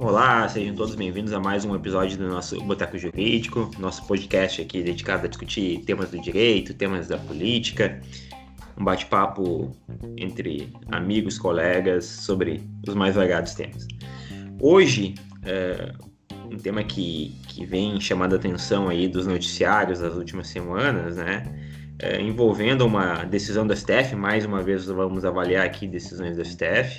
Olá, sejam todos bem-vindos a mais um episódio do nosso Boteco Jurídico, nosso podcast aqui dedicado a discutir temas do direito, temas da política, um bate-papo entre amigos, colegas sobre os mais variados temas. Hoje, um tema que vem chamando a atenção aí dos noticiários das últimas semanas, né? Envolvendo uma decisão do STF, mais uma vez vamos avaliar aqui decisões do STF,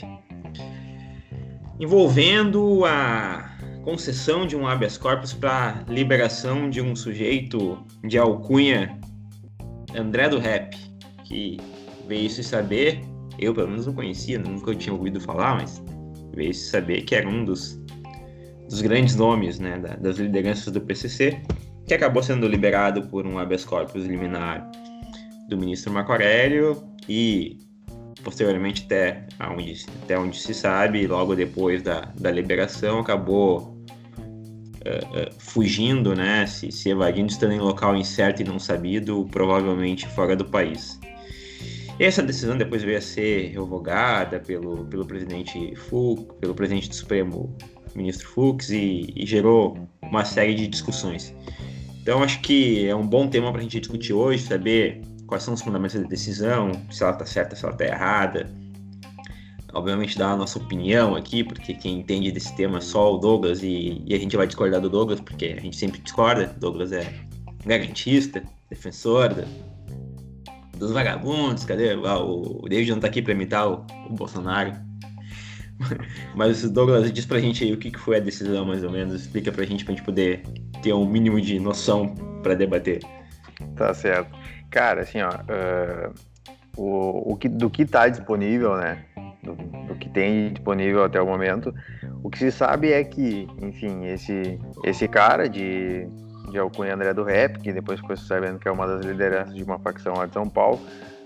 envolvendo a concessão de um habeas corpus para liberação de um sujeito de alcunha André do Rap, que veio se saber, eu pelo menos não conhecia, nunca tinha ouvido falar, mas veio se saber que era um dos grandes nomes, né, das lideranças do PCC, que acabou sendo liberado por um habeas corpus liminar do ministro Marco Aurélio e posteriormente até onde se sabe, logo depois da liberação, acabou fugindo, né, se evadindo, estando em local incerto e não sabido, provavelmente fora do país. E essa decisão depois veio a ser revogada pelo presidente Fux, pelo presidente do Supremo, ministro Fux, e gerou uma série de discussões. Então, acho que é um bom tema para a gente discutir hoje, saber quais são os fundamentos da decisão, se ela está certa, se ela está errada. Obviamente dar a nossa opinião aqui, porque quem entende desse tema é só o Douglas, e a gente vai discordar do Douglas, porque a gente sempre discorda. O Douglas é garantista, defensor dos vagabundos. Cadê? O David não está aqui para imitar o Bolsonaro. Mas o Douglas, diz pra gente aí o que foi a decisão, mais ou menos. Explica pra gente poder ter um mínimo de noção para debater. Tá certo. Cara, assim, ó, do que está disponível, né, do que tem disponível até o momento, o que se sabe é que, enfim, esse cara de alcunha André do Rap, que depois ficou sabendo que é uma das lideranças de uma facção lá de São Paulo,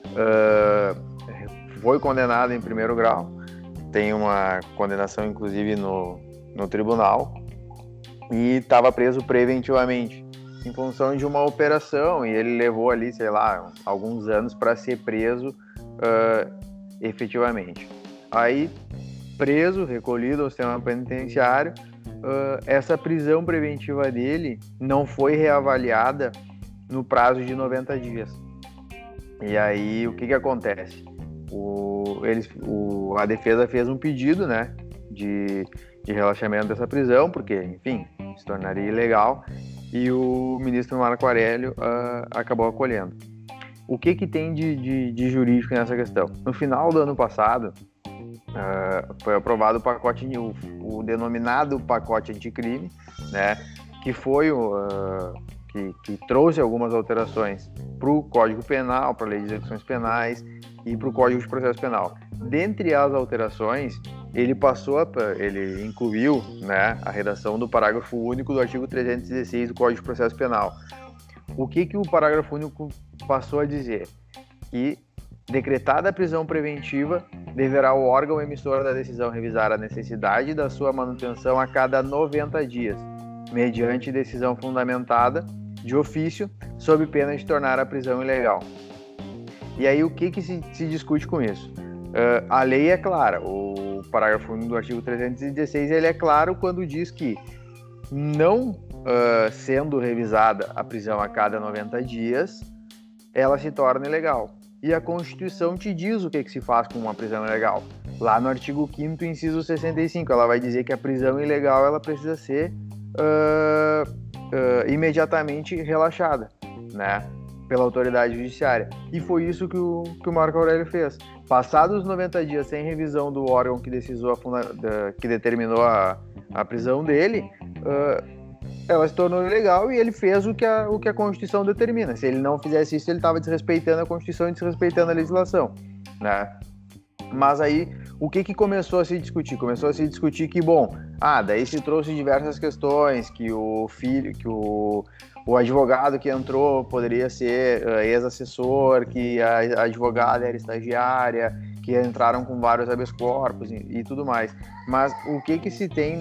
foi condenado em primeiro grau, tem uma condenação, inclusive, no tribunal, e estava preso preventivamente, em função de uma operação, e ele levou ali, sei lá, alguns anos para ser preso efetivamente. Aí, preso, recolhido ao sistema penitenciário, essa prisão preventiva dele não foi reavaliada no prazo de 90 dias. E aí, o que acontece? A defesa fez um pedido, né, de relaxamento dessa prisão, porque, enfim, se tornaria ilegal, e o ministro Marco Aurélio acabou acolhendo. O que tem de jurídico nessa questão? No final do ano passado, foi aprovado o denominado pacote anticrime, né, que foi que trouxe algumas alterações para o Código Penal, para a Lei de Execuções Penais e para o Código de Processo Penal. Dentre as alterações, ele incluiu, né, a redação do parágrafo único do artigo 316 do Código de Processo Penal. O que o parágrafo único passou a dizer? Que, decretada a prisão preventiva, deverá o órgão emissor da decisão revisar a necessidade da sua manutenção a cada 90 dias, mediante decisão fundamentada de ofício, sob pena de tornar a prisão ilegal. E aí, o que se discute com isso? A lei é clara, o parágrafo 1 do artigo 316 ele é claro quando diz que, não sendo revisada a prisão a cada 90 dias, ela se torna ilegal. E a Constituição te diz o que se faz com uma prisão ilegal. Lá no artigo 5º, inciso 65, ela vai dizer que a prisão ilegal ela precisa ser imediatamente relaxada, né, pela autoridade judiciária. E foi isso que o Marco Aurélio fez. Passados os 90 dias sem revisão do órgão que determinou a prisão dele, ela se tornou ilegal e ele fez o que a Constituição determina. Se ele não fizesse isso, ele estava desrespeitando a Constituição e desrespeitando a legislação, né? Mas aí, o que começou a se discutir? Começou a se discutir que, daí se trouxe diversas questões, que o advogado que entrou poderia ser ex-assessor, que a advogada era estagiária, que entraram com vários habeas corpus e tudo mais. Mas o que se tem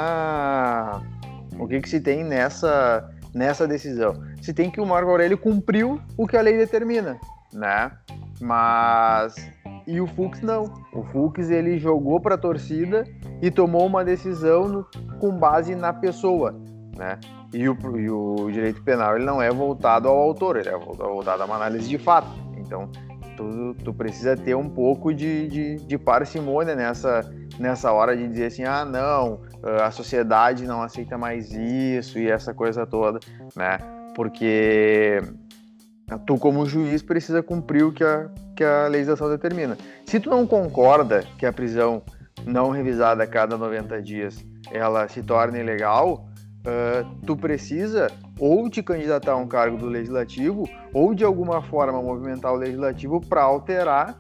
nessa decisão? Se tem que o Marco Aurélio cumpriu o que a lei determina, né? E o Fux não. O Fux, ele jogou para a torcida e tomou uma decisão com base na pessoa, né? E o direito penal, ele não é voltado ao autor, ele é voltado a uma análise de fato. Então, tu precisa ter um pouco de parcimônia nessa hora de dizer assim, não, a sociedade não aceita mais isso e essa coisa toda, né? Porque tu, como juiz, precisa cumprir o que a legislação determina. Se tu não concorda que a prisão não revisada a cada 90 dias ela se torne ilegal, tu precisa ou te candidatar a um cargo do legislativo ou de alguma forma movimentar o legislativo para alterar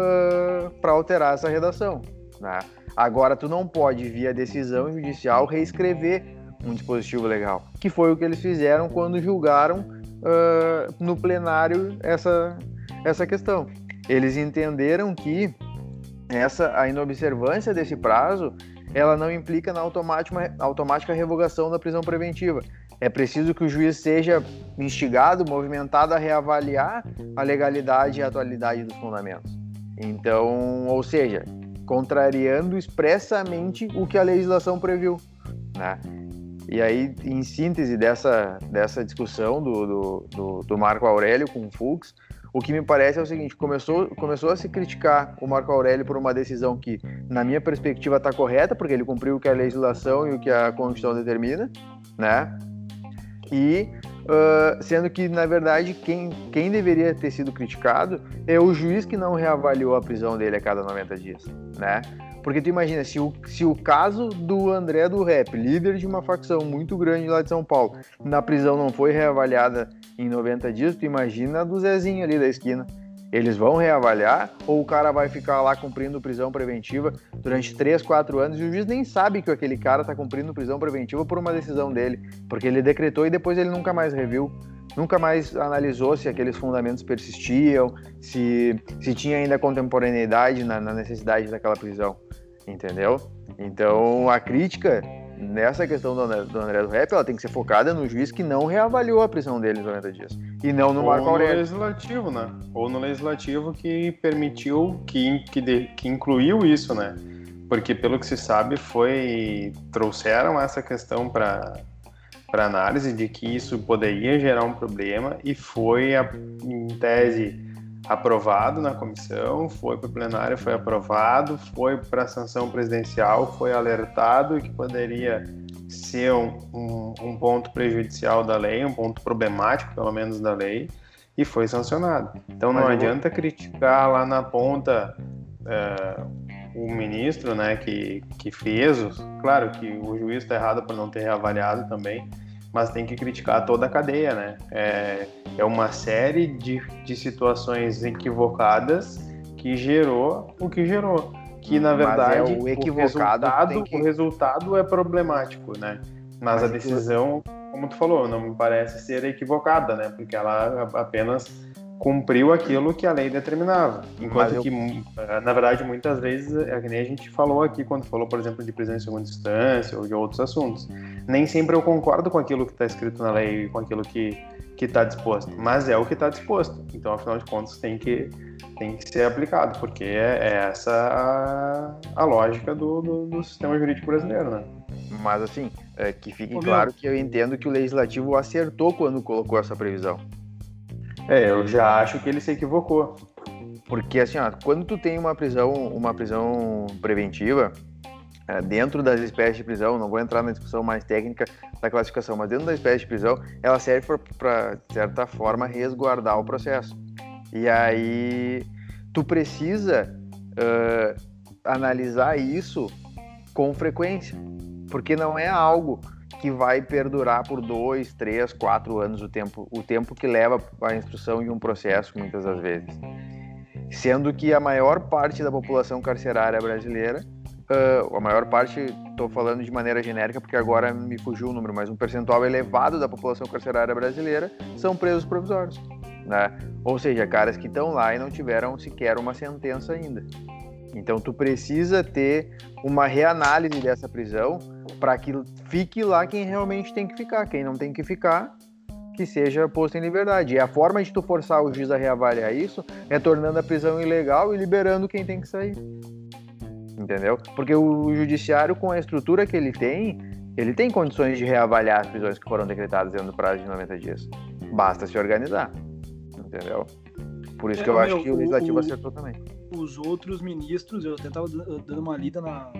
essa redação, né? Agora, tu não pode, via decisão judicial, reescrever um dispositivo legal, que foi o que eles fizeram quando julgaram no plenário essa questão. Eles entenderam que a inobservância desse prazo ela não implica na automática revogação da prisão preventiva. É preciso que o juiz seja instigado, movimentado a reavaliar a legalidade e a atualidade dos fundamentos. Então, ou seja, contrariando expressamente o que a legislação previu, né? E aí, em síntese dessa discussão do Marco Aurélio com o Fux, o que me parece é o seguinte: começou a se criticar o Marco Aurélio por uma decisão que, na minha perspectiva, está correta, porque ele cumpriu o que a legislação e o que a Constituição determina, né? E sendo que, na verdade, quem deveria ter sido criticado é o juiz que não reavaliou a prisão dele a cada 90 dias, né? Porque tu imagina, se o caso do André do Rap, líder de uma facção muito grande lá de São Paulo, na prisão não foi reavaliada em 90 dias, tu imagina a do Zezinho ali da esquina. Eles vão reavaliar ou o cara vai ficar lá cumprindo prisão preventiva durante 3, 4 anos e o juiz nem sabe que aquele cara está cumprindo prisão preventiva por uma decisão dele, porque ele decretou e depois ele nunca mais reviu, nunca mais analisou se aqueles fundamentos persistiam, se tinha ainda contemporaneidade na necessidade daquela prisão, entendeu? Então a crítica nessa questão do André do Rap, ela tem que ser focada no juiz que não reavaliou a prisão dele em 90 dias. E não no Marco Aurélio. Ou no legislativo, né? Ou no legislativo que permitiu, que incluiu isso, né? Porque, pelo que se sabe, trouxeram essa questão para análise de que isso poderia gerar um problema e foi, em tese, aprovado na comissão, foi para o plenário, foi aprovado, foi para a sanção presidencial, foi alertado que poderia ser um ponto prejudicial da lei, um ponto problemático, pelo menos, da lei, e foi sancionado. Então não adianta criticar lá na ponta o ministro, né, que fez, claro que o juiz está errado por não ter reavaliado também, mas tem que criticar toda a cadeia, né? É uma série de situações equivocadas que gerou o que gerou. Que, na verdade, o resultado é problemático, né? Mas a decisão, como tu falou, não me parece ser equivocada, né? Porque ela apenas cumpriu aquilo que a lei determinava. Enquanto que, na verdade, muitas vezes, é que nem a gente falou aqui, quando falou, por exemplo, de prisão em segunda instância ou de outros assuntos. Nem sempre eu concordo com aquilo que está escrito na lei, com aquilo que está disposto, mas é o que está disposto. Então, afinal de contas, tem que ser aplicado, porque é essa a lógica do sistema jurídico brasileiro, né? Mas, assim, que fique claro que eu entendo que o Legislativo acertou quando colocou essa previsão. Eu já acho que ele se equivocou. Porque, assim, quando tu tem uma prisão preventiva, dentro das espécies de prisão, não vou entrar na discussão mais técnica da classificação, mas dentro da espécie de prisão, ela serve para, de certa forma, resguardar o processo. E aí, tu precisa analisar isso com frequência, porque não é algo que vai perdurar por 2, 3, 4 anos o tempo que leva a instrução de um processo, muitas das vezes. Sendo que a maior parte da população carcerária brasileira, a maior parte, estou falando de maneira genérica porque agora me fugiu o número, mas um percentual elevado da população carcerária brasileira são presos provisórios, né? Ou seja, caras que estão lá e não tiveram sequer uma sentença ainda. Então tu precisa ter uma reanálise dessa prisão para que fique lá quem realmente tem que ficar. Quem não tem que ficar, que seja posto em liberdade. E a forma de tu forçar o juiz a reavaliar isso é tornando a prisão ilegal e liberando quem tem que sair. entendeu? Porque o judiciário, com a estrutura que ele tem condições de reavaliar as prisões que foram decretadas dentro do prazo de 90 dias. Basta se organizar, entendeu? Por isso que eu acho que o Legislativo acertou também. Os outros ministros, eu até estava dando uma lida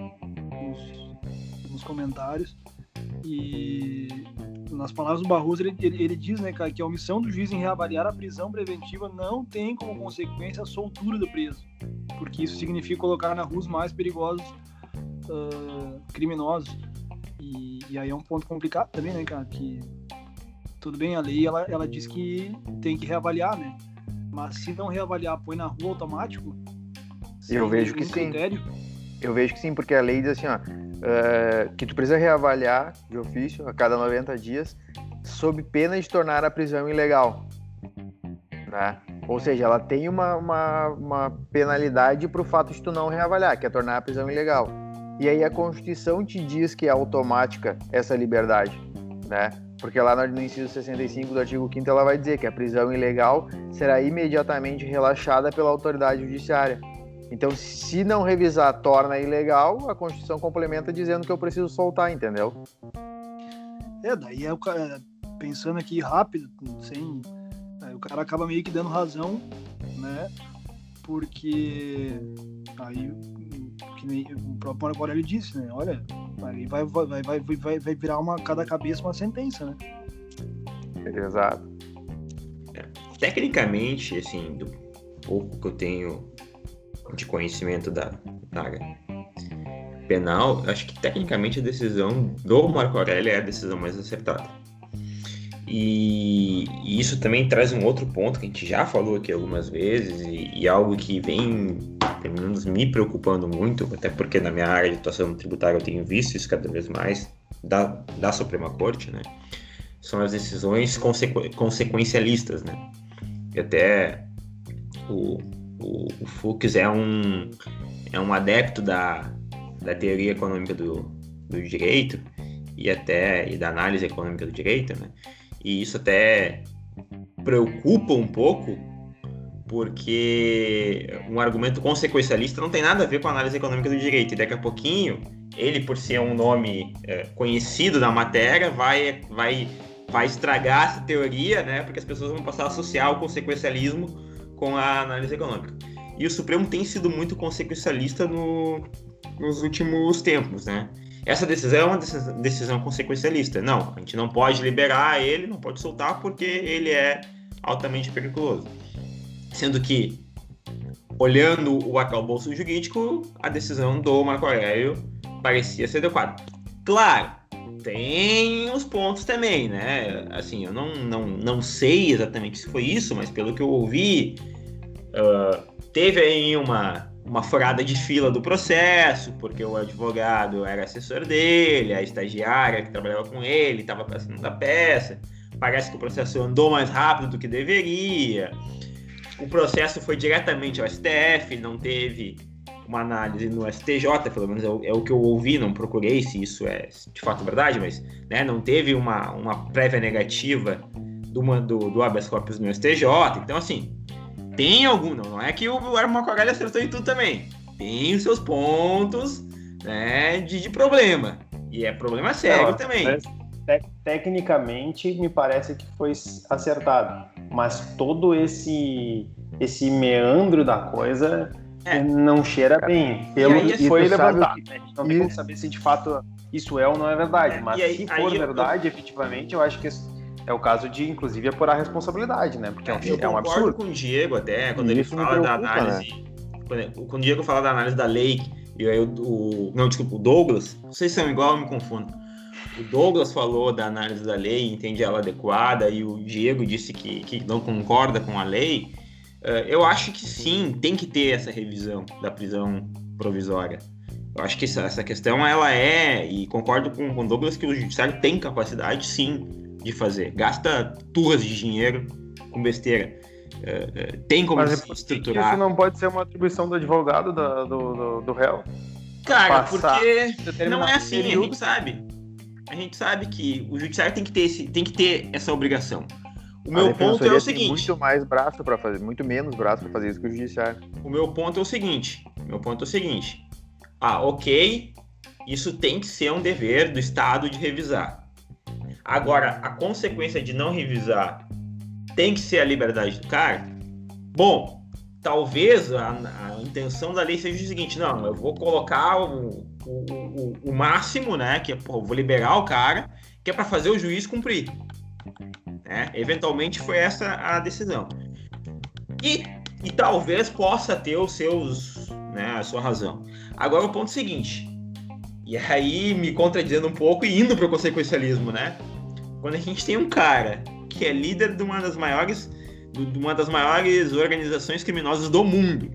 nos comentários, e nas palavras do Barroso ele diz, né, cara, que a omissão do juiz em reavaliar a prisão preventiva não tem como consequência a soltura do preso, porque isso significa colocar na rua os mais perigosos criminosos, e aí é um ponto complicado também, né, cara, que tudo bem, a lei ela diz que tem que reavaliar, né, mas se não reavaliar, põe na rua automático. Eu vejo que sim. Eu vejo que sim, porque a lei diz assim, que tu precisa reavaliar de ofício a cada 90 dias sob pena de tornar a prisão ilegal, né? Ou seja, ela tem uma penalidade pro fato de tu não reavaliar, que é tornar a prisão ilegal. E aí a Constituição te diz que é automática essa liberdade, né? Porque lá no inciso 65 do artigo 5º ela vai dizer que a prisão ilegal será imediatamente relaxada pela autoridade judiciária. Então, se não revisar torna ilegal, a Constituição complementa dizendo que eu preciso soltar, entendeu? Daí o cara, pensando aqui rápido, o cara acaba meio que dando razão, né? Porque aí, que nem o próprio Marco Aurélio disse, né? Olha, aí vai virar cada cabeça uma sentença, né? Exato. Tecnicamente, assim, do pouco que eu tenho de conhecimento da área penal, acho que tecnicamente a decisão do Marco Aurélio é a decisão mais acertada. E isso também traz um outro ponto que a gente já falou aqui algumas vezes e algo que vem, pelo menos, me preocupando muito, até porque na minha área de atuação tributária eu tenho visto isso cada vez mais da Suprema Corte, né? São as decisões consequencialistas, né? E até o Fux é um adepto da teoria econômica do direito e da análise econômica do direito, né? E isso até preocupa um pouco, porque um argumento consequencialista não tem nada a ver com a análise econômica do direito. E daqui a pouquinho, ele, por ser um nome conhecido na matéria, vai estragar essa teoria, né? Porque as pessoas vão passar a associar o consequencialismo com a análise econômica. E o Supremo tem sido muito consequencialista nos últimos tempos, né? Essa decisão é uma decisão consequencialista. Não, a gente não pode liberar ele, não pode soltar porque ele é altamente perigoso. Sendo que, olhando o arcabouço jurídico, a decisão do Marco Aurélio parecia ser adequada. Claro, tem os pontos também, né? Assim, eu não sei exatamente se foi isso, mas pelo que eu ouvi, teve aí uma furada de fila do processo, porque o advogado era assessor dele, a estagiária que trabalhava com ele estava assinando a peça, parece que o processo andou mais rápido do que deveria, o processo foi diretamente ao STF, não teve uma análise no STJ, pelo menos é o que eu ouvi, não procurei se isso é de fato verdade, mas, né, não teve uma prévia negativa do habeas corpus no STJ, então assim, tem algum, não é que o Marco Aurélio acertou em tudo também, tem os seus pontos, né, de problema, e é problema sério também. Tecnicamente me parece que foi acertado, mas todo esse meandro da coisa não cheira bem, pelo que foi levantado. A gente não tem como saber se de fato isso é ou não é verdade, mas se for verdade, efetivamente, eu acho que é o caso de, inclusive, apurar a responsabilidade, né? Porque é um absurdo. Eu concordo com o Diego até, quando ele fala da análise... Né? Quando o Diego fala da análise da lei, e aí o Douglas, vocês são igual, eu me confundo. O Douglas falou da análise da lei, entende ela adequada, e o Diego disse que não concorda com a lei. Eu acho que sim, tem que ter essa revisão da prisão provisória. Eu acho que essa questão, ela e concordo com o Douglas que o judiciário tem capacidade, sim, de fazer. Gasta turras de dinheiro com besteira. Tem como se estruturar. Isso não pode ser uma atribuição do advogado do réu? Cara, porque não é assim, a gente sabe. A gente sabe que o judiciário tem que ter essa obrigação. O meu ponto é o seguinte... muito mais braço para fazer, muito menos braço para fazer isso que o judiciário. O meu ponto é o seguinte, ok, isso tem que ser um dever do Estado de revisar. Agora, a consequência de não revisar tem que ser a liberdade do cara? Bom, talvez a intenção da lei seja o seguinte: não, eu vou colocar o máximo, né, que é, eu vou liberar o cara, que é para fazer o juiz cumprir. Né? Eventualmente foi essa a decisão. E talvez possa ter os seus, né, a sua razão. Agora o ponto seguinte, e aí me contradizendo um pouco e indo para o consequencialismo, né? Quando a gente tem um cara que é líder de uma das maiores organizações criminosas do mundo,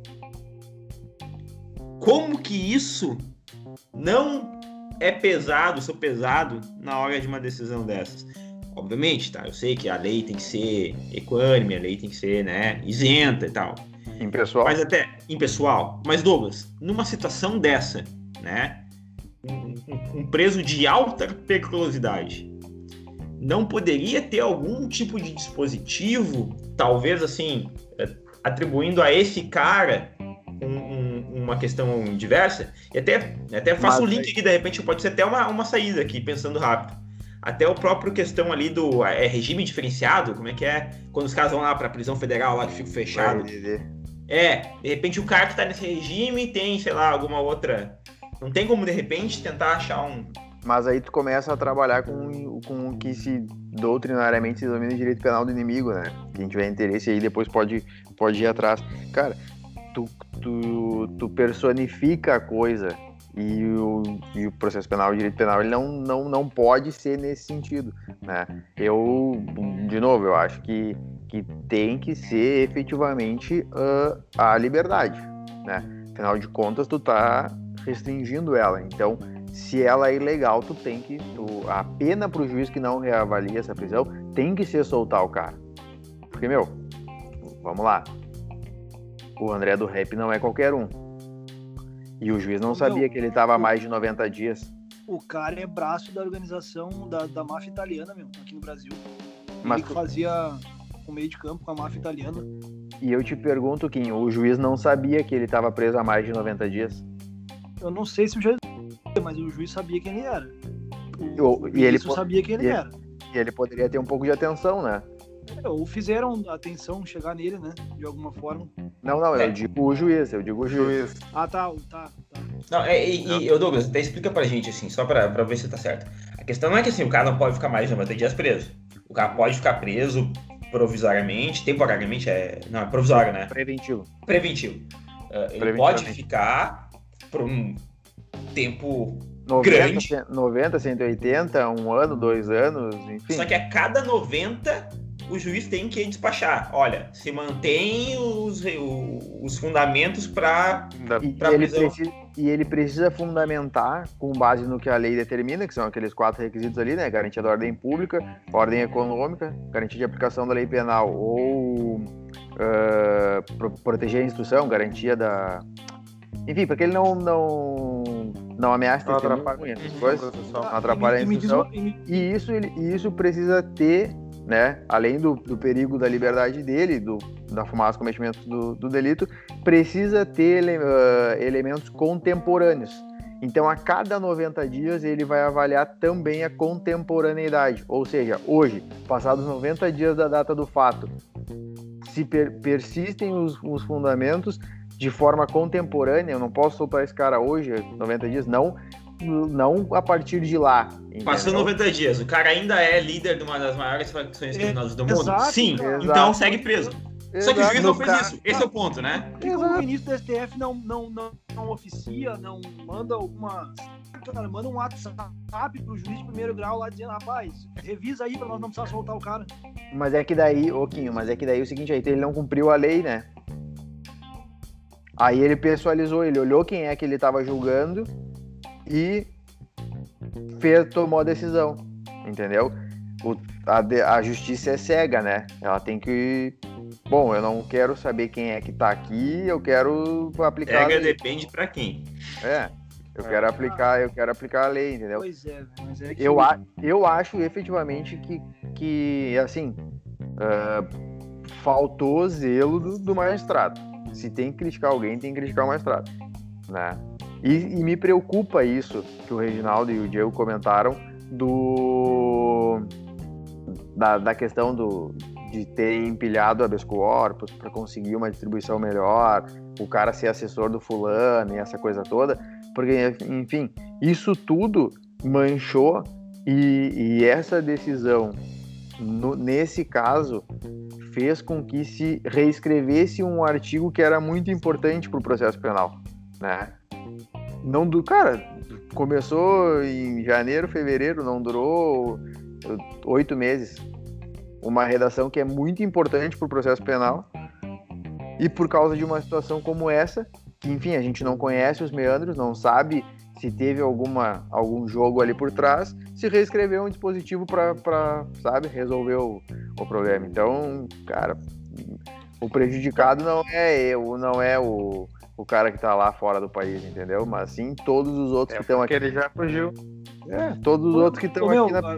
como que isso não é pesado na hora de uma decisão dessas? Obviamente, tá? Eu sei que a lei tem que ser equânime, a lei tem que ser, né, isenta e tal. Impessoal. Mas até impessoal. Mas, Douglas, numa situação dessa, né, um preso de alta periculosidade não poderia ter algum tipo de dispositivo, talvez assim, atribuindo a esse cara uma questão diversa? E até faço o link aqui, de repente pode ser até uma saída aqui, pensando rápido. Até o próprio questão ali do regime diferenciado, como é que é? Quando os caras vão lá pra prisão federal, lá que fica fechado. De repente o cara que tá nesse regime tem, sei lá, alguma outra... Não tem como, de repente, tentar achar um... Mas aí tu começa a trabalhar com o que se doutrinariamente se denomina direito penal do inimigo, né? Quem tiver interesse aí depois pode ir atrás. Cara, tu personifica a coisa. E o processo penal, o direito penal, ele não pode ser nesse sentido, né? De novo, eu acho que tem que ser efetivamente a liberdade, né? Afinal de contas, tu tá restringindo ela. Então, se ela é ilegal, a pena pro juiz que não reavalia essa prisão tem que ser soltar o cara. Porque, vamos lá. O André do Rap não é qualquer um. E o juiz não sabia que ele estava há mais de 90 dias. O cara é braço da organização da máfia italiana, aqui no Brasil. Mas ele fazia o meio de campo com a máfia italiana. E eu te pergunto, Kim, o juiz não sabia que ele estava preso há mais de 90 dias? Eu não sei se o juiz sabia, mas o juiz sabia quem ele era. E ele sabia quem ele era. E ele poderia ter um pouco de atenção, né? Ou fizeram atenção chegar nele, né? De alguma forma. Não, eu digo o juiz, Ah, tá. Não, Douglas, até explica pra gente, assim, só pra ver se tá certo. A questão não é que, assim, o cara não pode ficar mais de 90 dias preso. O cara pode ficar preso provisoriamente, temporariamente, é provisório, né? Preventivo. Ele pode ficar por um tempo 90, grande. 90, 180, 1 ano, 2 anos, enfim. Só que a cada 90... o juiz tem que despachar. Olha, se mantém os fundamentos para prisão. E ele precisa fundamentar, com base no que a lei determina, que são aqueles 4 requisitos ali, né? Garantia da ordem pública, ordem econômica, garantia de aplicação da lei penal ou proteger a instrução, garantia da... Enfim, para que ele não ameace não atrapalha a instrução. E isso precisa ter, né, além do perigo da liberdade dele, da fumaça cometimento do delito, precisa ter elementos contemporâneos. Então, a cada 90 dias, ele vai avaliar também a contemporaneidade. Ou seja, hoje, passados 90 dias da data do fato, se persistem os fundamentos de forma contemporânea, eu não posso soltar esse cara hoje, 90 dias, não a partir de lá. Entendeu? Passou 90 dias, o cara ainda é líder de uma das maiores facções criminosas do mundo? Exato, sim, exato. Então segue preso. Só que o juiz não fez isso, esse é o ponto, né? Por que o ministro do STF não oficia, não manda alguma... Cara, manda um WhatsApp pro juiz de primeiro grau lá dizendo, rapaz, revisa aí pra nós não precisar soltar o cara. Mas é que daí, Quinho, o seguinte, aí ele não cumpriu a lei, né? Aí ele pessoalizou, ele olhou quem é que ele estava julgando e tomou a decisão, entendeu? A justiça é cega, né? Ela tem que... Bom, eu não quero saber quem é que tá aqui, eu quero aplicar cega depende pra quem. Eu quero aplicar a lei, entendeu? Pois é, mas é que... Eu acho efetivamente que assim, faltou zelo do magistrado. Se tem que criticar alguém, tem que criticar o magistrado, né? E me preocupa isso que o Reginaldo e o Diego comentaram da questão de ter empilhado habeas corpus para conseguir uma distribuição melhor, o cara ser assessor do fulano e essa coisa toda, porque, enfim, isso tudo manchou e essa decisão, nesse caso, fez com que se reescrevesse um artigo que era muito importante para o processo penal, né? Cara, começou em janeiro, fevereiro, não durou 8 meses. Uma redação que é muito importante para o processo penal, e por causa de uma situação como essa, que, enfim, a gente não conhece os meandros, não sabe se teve algum jogo ali por trás, se reescreveu um dispositivo para, sabe, resolver o problema. Então, cara, o prejudicado não é o cara que tá lá fora do país, entendeu? Mas sim todos os outros que estão aqui. Ele já fugiu. Todos os outros que estão aqui na...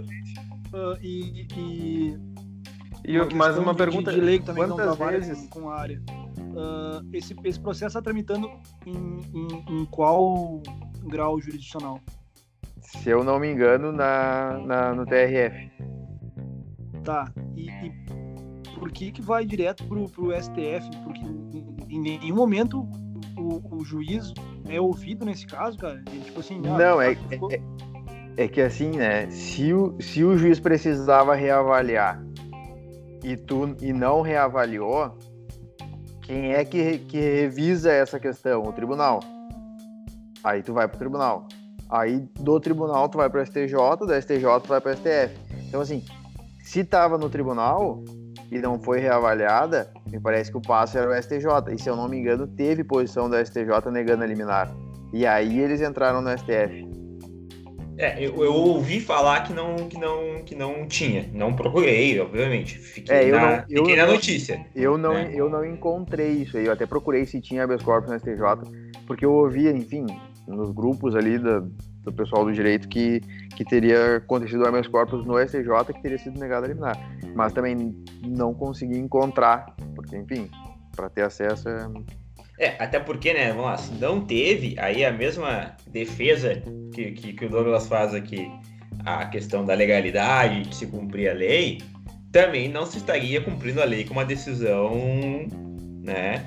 Mais uma pergunta, de lei que também não quantas trabalha vezes com a área. Esse processo está tramitando em qual grau jurisdicional? Se eu não me engano, no TRF. Tá. E por que vai direto pro STF? Porque em nenhum momento o juiz é ouvido nesse caso, cara? Tipo assim, não, é que assim, né? Se o juiz precisava reavaliar e não reavaliou, quem é que revisa essa questão? O tribunal. Aí tu vai pro tribunal. Aí do tribunal tu vai pro STJ, do STJ tu vai pro STF. Então assim, se tava no tribunal e não foi reavaliada, me parece que o passo era o STJ. E se eu não me engano, teve posição do STJ negando a liminar. E aí eles entraram no STF. Eu ouvi falar que não tinha. Não procurei, obviamente. Fiquei na notícia. Eu não encontrei isso aí. Eu até procurei se tinha habeas corpus no STJ, porque eu ouvia, enfim, nos grupos ali do pessoal do direito que teria acontecido habeas corpus no STJ, que teria sido negado a liminar. Mas também não consegui encontrar, porque, enfim, para ter acesso até porque, né, vamos lá, se não teve, aí a mesma defesa que o Douglas faz aqui, a questão da legalidade, de se cumprir a lei, também não se estaria cumprindo a lei com uma decisão, né,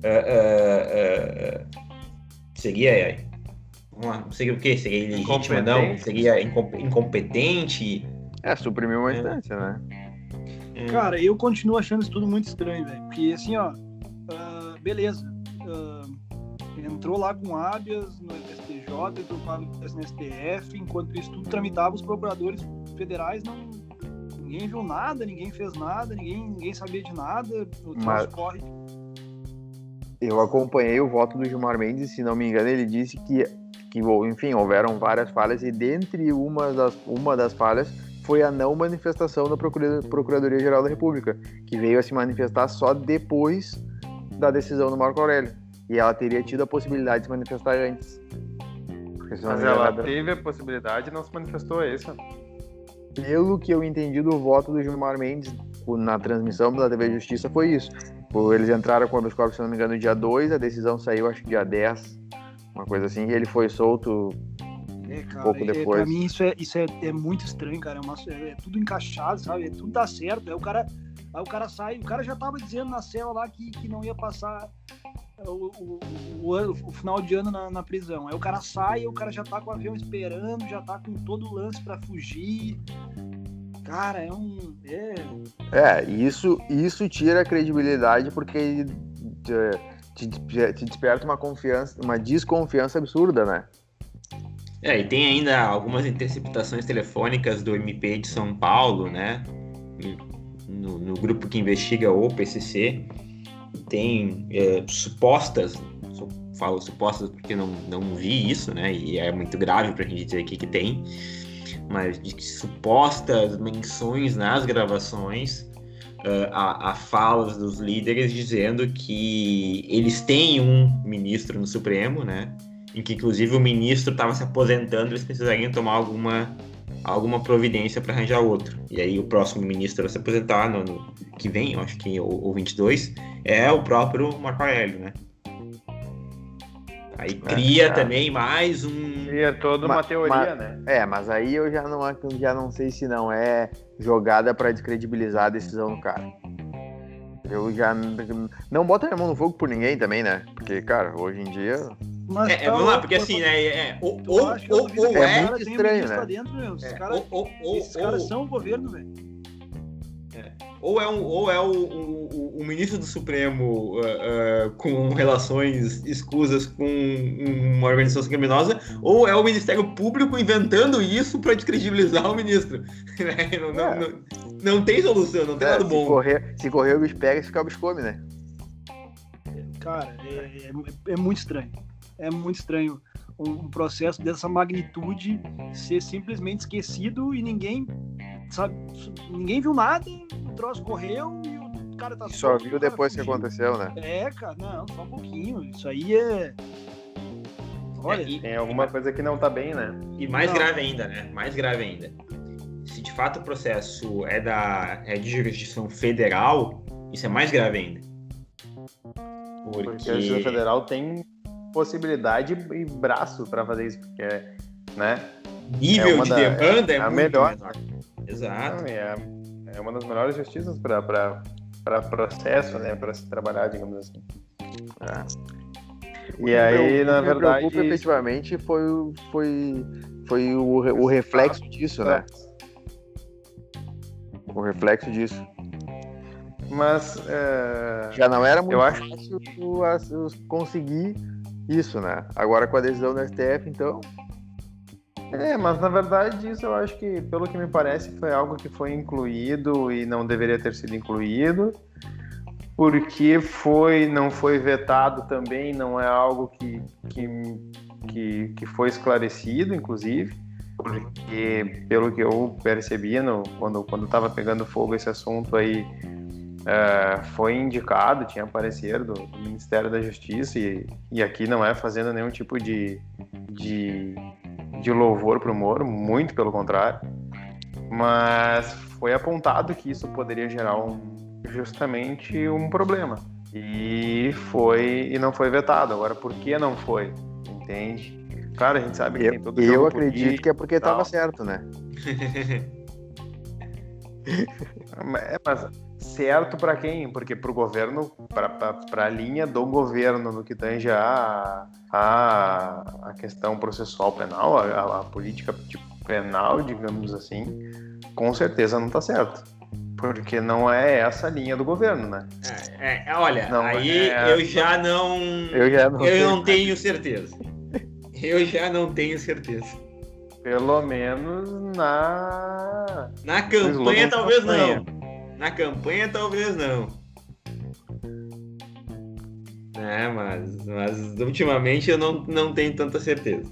seria, vamos lá, seria o quê? Seria ilegítima, não? Seria incompetente? Suprimiu uma instância, né? Cara, eu continuo achando isso tudo muito estranho, velho, porque assim, beleza, entrou lá com habeas no STJ, entrou com habeas no STF, enquanto isso tudo tramitava, os procuradores federais ninguém viu nada, ninguém fez nada, ninguém sabia de nada, o troço corre. Eu acompanhei o voto do Gilmar Mendes, se não me engano, ele disse que enfim, houveram várias falhas, e dentre uma das falhas foi a não manifestação da Procuradoria-Geral da República, que veio a se manifestar só depois da decisão do Marco Aurélio, e ela teria tido a possibilidade de se manifestar antes. Mas ela teve a possibilidade e não se manifestou, é isso? Pelo que eu entendi do voto do Gilmar Mendes na transmissão da TV Justiça, foi isso. Eles entraram com o habeas corpus, se não me engano, no dia 2, a decisão saiu, acho que dia 10, uma coisa assim, e ele foi solto cara, pouco depois. Pra mim isso é muito estranho, cara, é tudo encaixado, sabe, tudo dá certo, aí o cara sai, o cara já tava dizendo na cela lá que não ia passar o final de ano na prisão, aí o cara sai, o cara já tá com o avião esperando, já tá com todo o lance pra fugir, cara, isso tira a credibilidade, porque te desperta uma desconfiança absurda, né? E tem ainda algumas interceptações telefônicas do MP de São Paulo, né? No grupo que investiga o PCC, tem supostas, falo supostas porque não vi isso, né? E é muito grave pra gente dizer aqui que tem, mas de supostas menções nas gravações a falas dos líderes dizendo que eles têm um ministro no Supremo, né? Em que inclusive o ministro estava se aposentando, eles precisariam tomar alguma providência para arranjar outro. E aí o próximo ministro a se aposentar no que vem, eu acho que o 22, é o próprio Marco Aurélio, né? Aí cria também mais um... Cria toda uma teoria, né? Mas aí eu já não sei se não é jogada pra descredibilizar a decisão do cara. Eu já não boto a mão no fogo por ninguém também, né? Porque, cara, hoje em dia... vamos lá, porque assim, né? Ou é muito estranho, né? Esses caras são o governo, velho. Ou é o ministro do Supremo com relações escusas com uma organização criminosa, ou é o Ministério Público inventando isso para descredibilizar o ministro. Não tem solução, não tem lado bom. Se correr o bicho pega, se ficar o bicho come, né? Cara, é muito estranho. É muito estranho um processo dessa magnitude ser simplesmente esquecido e ninguém, sabe, ninguém viu nada, o troço correu e o cara tá só viu depois que aconteceu, né? Cara, não, só um pouquinho. Isso aí é... Olha, tem alguma coisa que não tá bem, né? E mais grave ainda, né? Mais grave ainda. Se de fato o processo é de jurisdição federal, isso é mais grave ainda. Porque a Justiça Federal tem possibilidade e braço para fazer isso, porque, né? Nível de demanda é a muito melhor. menor. Exato. É uma das melhores justiças para processo, né? Para se trabalhar, digamos assim. E aí, na verdade, efetivamente foi o reflexo disso, né? O reflexo disso. Mas já não era muito fácil conseguir isso, né? Agora com a decisão do STF, então... mas na verdade isso eu acho que, pelo que me parece, foi algo que foi incluído e não deveria ter sido incluído, porque não foi vetado também, não é algo que foi esclarecido, inclusive, porque pelo que eu percebi quando estava pegando fogo esse assunto aí, foi indicado, tinha parecer do Ministério da Justiça e aqui não é fazendo nenhum tipo de louvor para o Moro, muito pelo contrário, mas foi apontado que isso poderia gerar justamente um problema e não foi vetado. Agora, por que não foi? Entende? Claro, a gente sabe que tem todo jogo. Eu acredito que é porque estava certo, né? Mas certo para quem? Porque para o governo, para a linha do governo no que tange a questão processual penal, a política penal, digamos assim, com certeza não está certo. Porque não é essa a linha do governo, né? Olha, não aí eu não tenho certeza. Eu já não tenho certeza. Pelo menos na campanha talvez não. Na campanha talvez não. Mas ultimamente eu não tenho tanta certeza.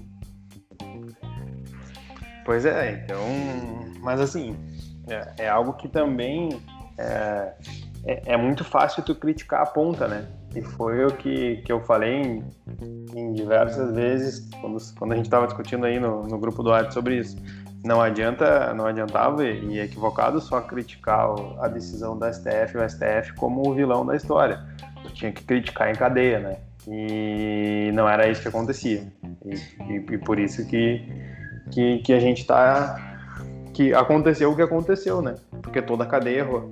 Pois então... Mas assim, é algo que também é muito fácil tu criticar a ponta, né? E foi o que eu falei em diversas vezes quando a gente estava discutindo aí no grupo do WhatsApp sobre isso. Não adiantava e é equivocado só criticar a decisão do STF, o STF como o vilão da história. Tu tinha que criticar em cadeia, né? E não era isso que acontecia. E por isso que a gente que aconteceu o que aconteceu, né? Porque toda a cadeia errou.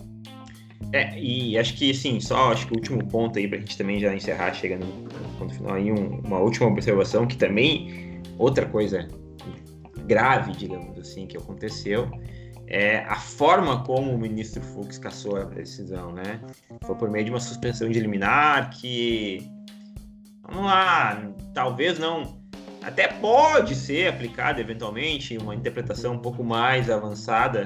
E acho que o último ponto aí pra gente também já encerrar, chegando no ponto final aí, uma última observação, que também, outra coisa grave, digamos assim, que aconteceu, é a forma como o ministro Fux cassou a decisão, né? Foi por meio de uma suspensão de liminar que, vamos lá, talvez não, até pode ser aplicada eventualmente uma interpretação um pouco mais avançada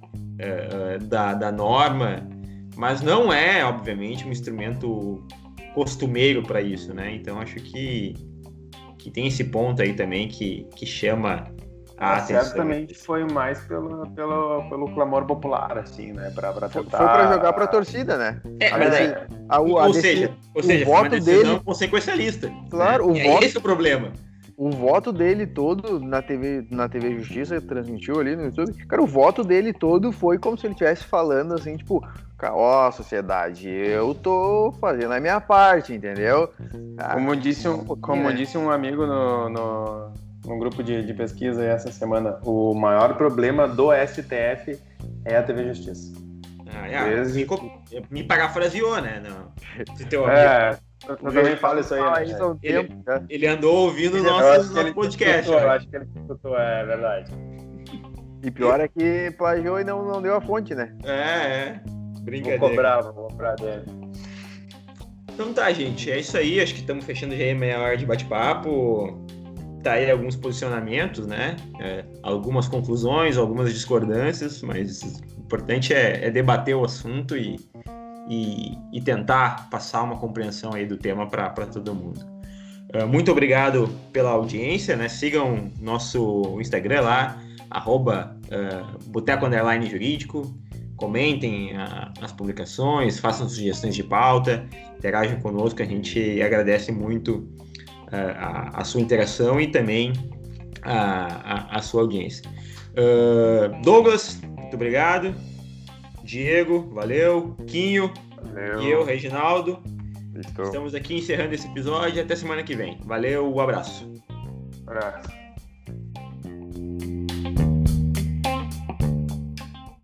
da norma, mas não é, obviamente, um instrumento costumeiro para isso, né? Então acho que tem esse ponto aí também que chama a atenção. Certamente foi mais pelo clamor popular, assim, né? Pra tentar... Foi para jogar para a torcida, né? Ou seja, o foi voto uma decisão dele consequencialista. Claro, né? Esse é o problema. O voto dele todo na TV Justiça, transmitiu ali no YouTube, cara, o voto dele todo foi como se ele estivesse falando assim, tipo, ó, sociedade, eu tô fazendo a minha parte, entendeu? Como disse um amigo no grupo de pesquisa essa semana, o maior problema do STF é a TV Justiça. Me parafraseou, né? Esse teu amigo. Eu também falo isso aí. Ele andou ouvindo o nosso podcast. Eu acho que ele escutou, é verdade. E pior é que plagiou e não deu a fonte, né? Brincadeira. Vou cobrar dele. Então tá, gente. É isso aí. Acho que estamos fechando já meia hora de bate-papo. Tá aí alguns posicionamentos, né? Algumas conclusões, algumas discordâncias, mas o importante é debater o assunto e tentar passar uma compreensão aí do tema para todo mundo. Muito obrigado pela audiência, né? Sigam nosso Instagram lá, @boteco_jurídico, comentem as publicações, façam sugestões de pauta, interajam conosco, a gente agradece muito a sua interação e também a sua audiência. Douglas, muito obrigado. Diego, valeu. Quinho, valeu. E eu, Reginaldo. Estou. Estamos aqui encerrando esse episódio. Até semana que vem. Valeu, um abraço. Abraço.